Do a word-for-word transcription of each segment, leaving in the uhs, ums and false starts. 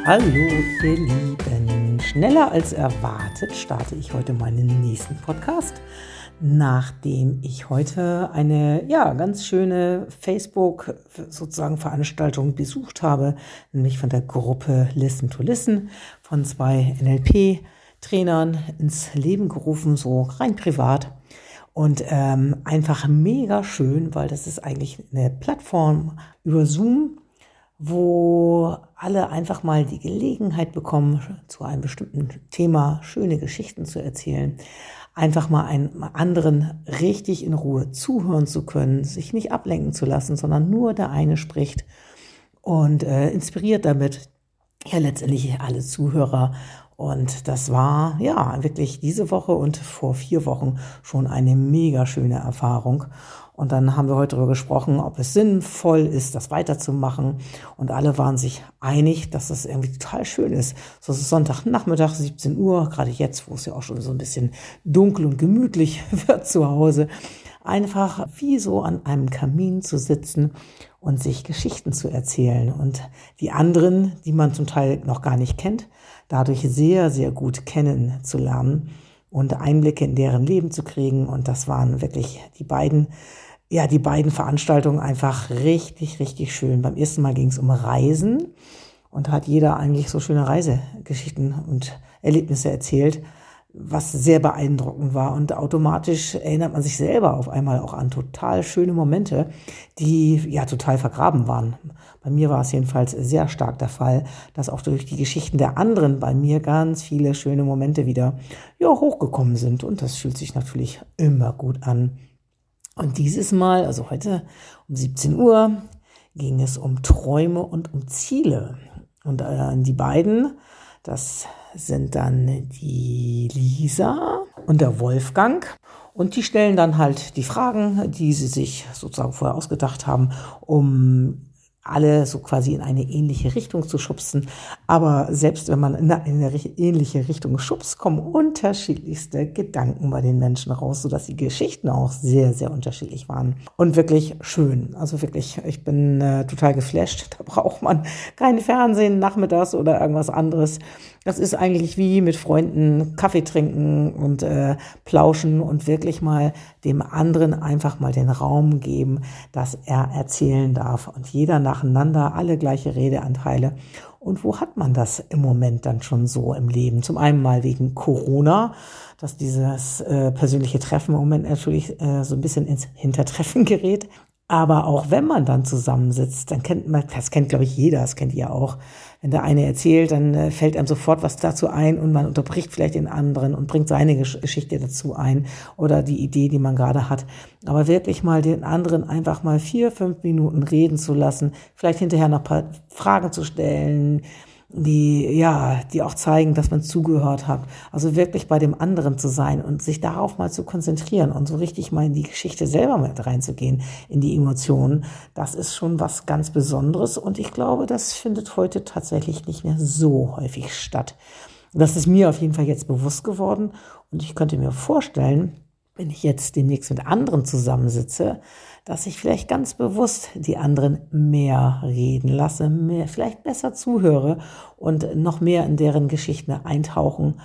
Hallo ihr Lieben, schneller als erwartet starte ich heute meinen nächsten Podcast, nachdem ich heute eine ja ganz schöne Facebook sozusagen Veranstaltung besucht habe, nämlich von der Gruppe Listen to Listen von zwei N L P-Trainern ins Leben gerufen, so rein privat. Und ähm, einfach mega schön, weil das ist eigentlich eine Plattform über Zoom, wo alle einfach mal die Gelegenheit bekommen, zu einem bestimmten Thema schöne Geschichten zu erzählen, einfach mal einem anderen richtig in Ruhe zuhören zu können, sich nicht ablenken zu lassen, sondern nur der eine spricht und äh, inspiriert damit ja letztendlich alle Zuhörer. Und das war ja wirklich diese Woche und vor vier Wochen schon eine mega schöne Erfahrung. Und dann haben wir heute darüber gesprochen, ob es sinnvoll ist, das weiterzumachen. Und alle waren sich einig, dass das irgendwie total schön ist. So ist es Sonntagnachmittag, siebzehn Uhr, gerade jetzt, wo es ja auch schon so ein bisschen dunkel und gemütlich wird zu Hause. Einfach wie so an einem Kamin zu sitzen und sich Geschichten zu erzählen. Und die anderen, die man zum Teil noch gar nicht kennt, dadurch sehr, sehr gut kennenzulernen und Einblicke in deren Leben zu kriegen. Und das waren wirklich die beiden, ja, die beiden Veranstaltungen einfach richtig, richtig schön. Beim ersten Mal ging es um Reisen und hat jeder eigentlich so schöne Reisegeschichten und Erlebnisse erzählt, was sehr beeindruckend war. Und automatisch erinnert man sich selber auf einmal auch an total schöne Momente, die ja total vergraben waren. Bei mir war es jedenfalls sehr stark der Fall, dass auch durch die Geschichten der anderen bei mir ganz viele schöne Momente wieder ja, hochgekommen sind. Und das fühlt sich natürlich immer gut an. Und dieses Mal, also heute um siebzehn Uhr, ging es um Träume und um Ziele. Und äh, die beiden, das sind dann die Lisa und der Wolfgang. Und die stellen dann halt die Fragen, die sie sich sozusagen vorher ausgedacht haben, um alle so quasi in eine ähnliche Richtung zu schubsen. Aber selbst wenn man in eine ähnliche Richtung schubst, kommen unterschiedlichste Gedanken bei den Menschen raus, sodass die Geschichten auch sehr, sehr unterschiedlich waren. Und wirklich schön. Also wirklich, ich bin äh, total geflasht. Da braucht man kein Fernsehen nachmittags oder irgendwas anderes. Das ist eigentlich wie mit Freunden Kaffee trinken und äh, plauschen und wirklich mal dem anderen einfach mal den Raum geben, dass er erzählen darf. Und jeder nacheinander, alle gleiche Redeanteile. Und wo hat man das im Moment dann schon so im Leben? Zum einen mal wegen Corona, dass dieses äh, persönliche Treffen im Moment natürlich äh, so ein bisschen ins Hintertreffen gerät. Aber auch wenn man dann zusammensitzt, dann kennt man, das kennt glaube ich jeder, das kennt ihr auch. Wenn der eine erzählt, dann äh, fällt einem sofort was dazu ein und man unterbricht vielleicht den anderen und bringt seine Gesch- Geschichte dazu ein oder die Idee, die man gerade hat. Aber wirklich mal den anderen einfach mal vier, fünf Minuten reden zu lassen, vielleicht hinterher noch ein paar Fragen zu stellen, die, ja, die auch zeigen, dass man zugehört hat. Also wirklich bei dem anderen zu sein und sich darauf mal zu konzentrieren und so richtig mal in die Geschichte selber mit reinzugehen, in die Emotionen. Das ist schon was ganz Besonderes und ich glaube, das findet heute tatsächlich nicht mehr so häufig statt. Das ist mir auf jeden Fall jetzt bewusst geworden und ich könnte mir vorstellen, wenn ich jetzt demnächst mit anderen zusammensitze, dass ich vielleicht ganz bewusst die anderen mehr reden lasse, mehr, vielleicht besser zuhöre und noch mehr in deren Geschichten eintauchen,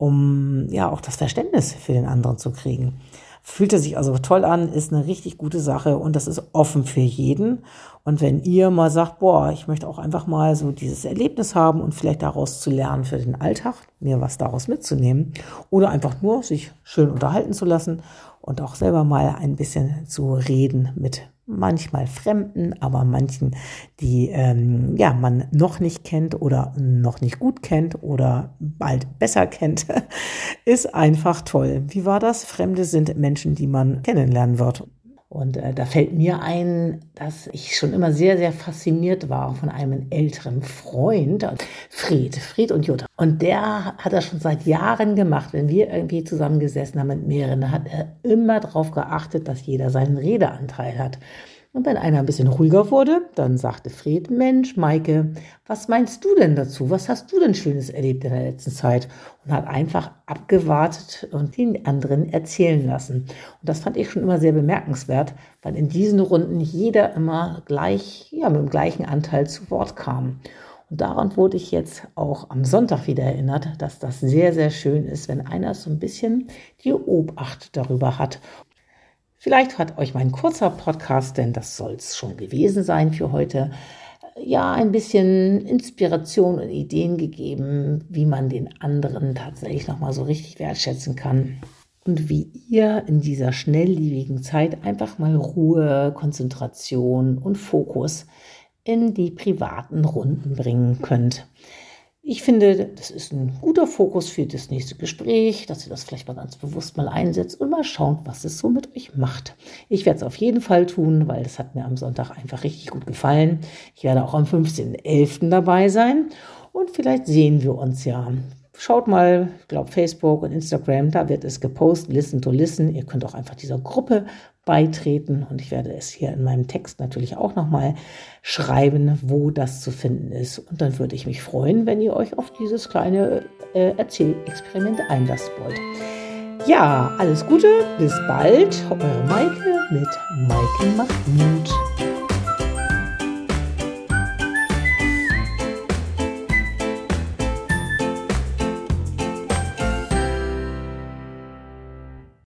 um ja auch das Verständnis für den anderen zu kriegen. Fühlte sich also toll an, ist eine richtig gute Sache und das ist offen für jeden. Und wenn ihr mal sagt, boah, ich möchte auch einfach mal so dieses Erlebnis haben und vielleicht daraus zu lernen für den Alltag, mir was daraus mitzunehmen oder einfach nur sich schön unterhalten zu lassen und auch selber mal ein bisschen zu reden mit manchmal Fremden, aber manchen, die ähm, ja man noch nicht kennt oder noch nicht gut kennt oder bald besser kennt, ist einfach toll. Wie war das? Fremde sind Menschen, die man kennenlernen wird. Und äh, da fällt mir ein, dass ich schon immer sehr, sehr fasziniert war von einem älteren Freund, Fred, Fred und Jutta. Und der hat das schon seit Jahren gemacht. Wenn wir irgendwie zusammengesessen haben mit mehreren, da hat er immer darauf geachtet, dass jeder seinen Redeanteil hat. Und wenn einer ein bisschen ruhiger wurde, dann sagte Fred, Mensch, Maike, was meinst du denn dazu? Was hast du denn Schönes erlebt in der letzten Zeit? Und hat einfach abgewartet und den anderen erzählen lassen. Und das fand ich schon immer sehr bemerkenswert, weil in diesen Runden jeder immer gleich, ja, mit dem gleichen Anteil zu Wort kam. Und daran wurde ich jetzt auch am Sonntag wieder erinnert, dass das sehr, sehr schön ist, wenn einer so ein bisschen die Obacht darüber hat. Vielleicht hat euch mein kurzer Podcast, denn das soll es schon gewesen sein für heute, ja, ein bisschen Inspiration und Ideen gegeben, wie man den anderen tatsächlich nochmal so richtig wertschätzen kann. Und wie ihr in dieser schnelllebigen Zeit einfach mal Ruhe, Konzentration und Fokus in die privaten Runden bringen könnt. Ich finde, das ist ein guter Fokus für das nächste Gespräch, dass ihr das vielleicht mal ganz bewusst mal einsetzt und mal schaut, was es so mit euch macht. Ich werde es auf jeden Fall tun, weil das hat mir am Sonntag einfach richtig gut gefallen. Ich werde auch am fünfzehnten elften dabei sein und vielleicht sehen wir uns ja. Schaut mal, ich glaube Facebook und Instagram, da wird es gepostet, Listen to Listen. Ihr könnt auch einfach dieser Gruppe beitreten und ich werde es hier in meinem Text natürlich auch nochmal schreiben, wo das zu finden ist. Und dann würde ich mich freuen, wenn ihr euch auf dieses kleine äh, Erzählexperiment einlassen wollt. Ja, alles Gute, bis bald. Eure Maike mit Maike macht Mut.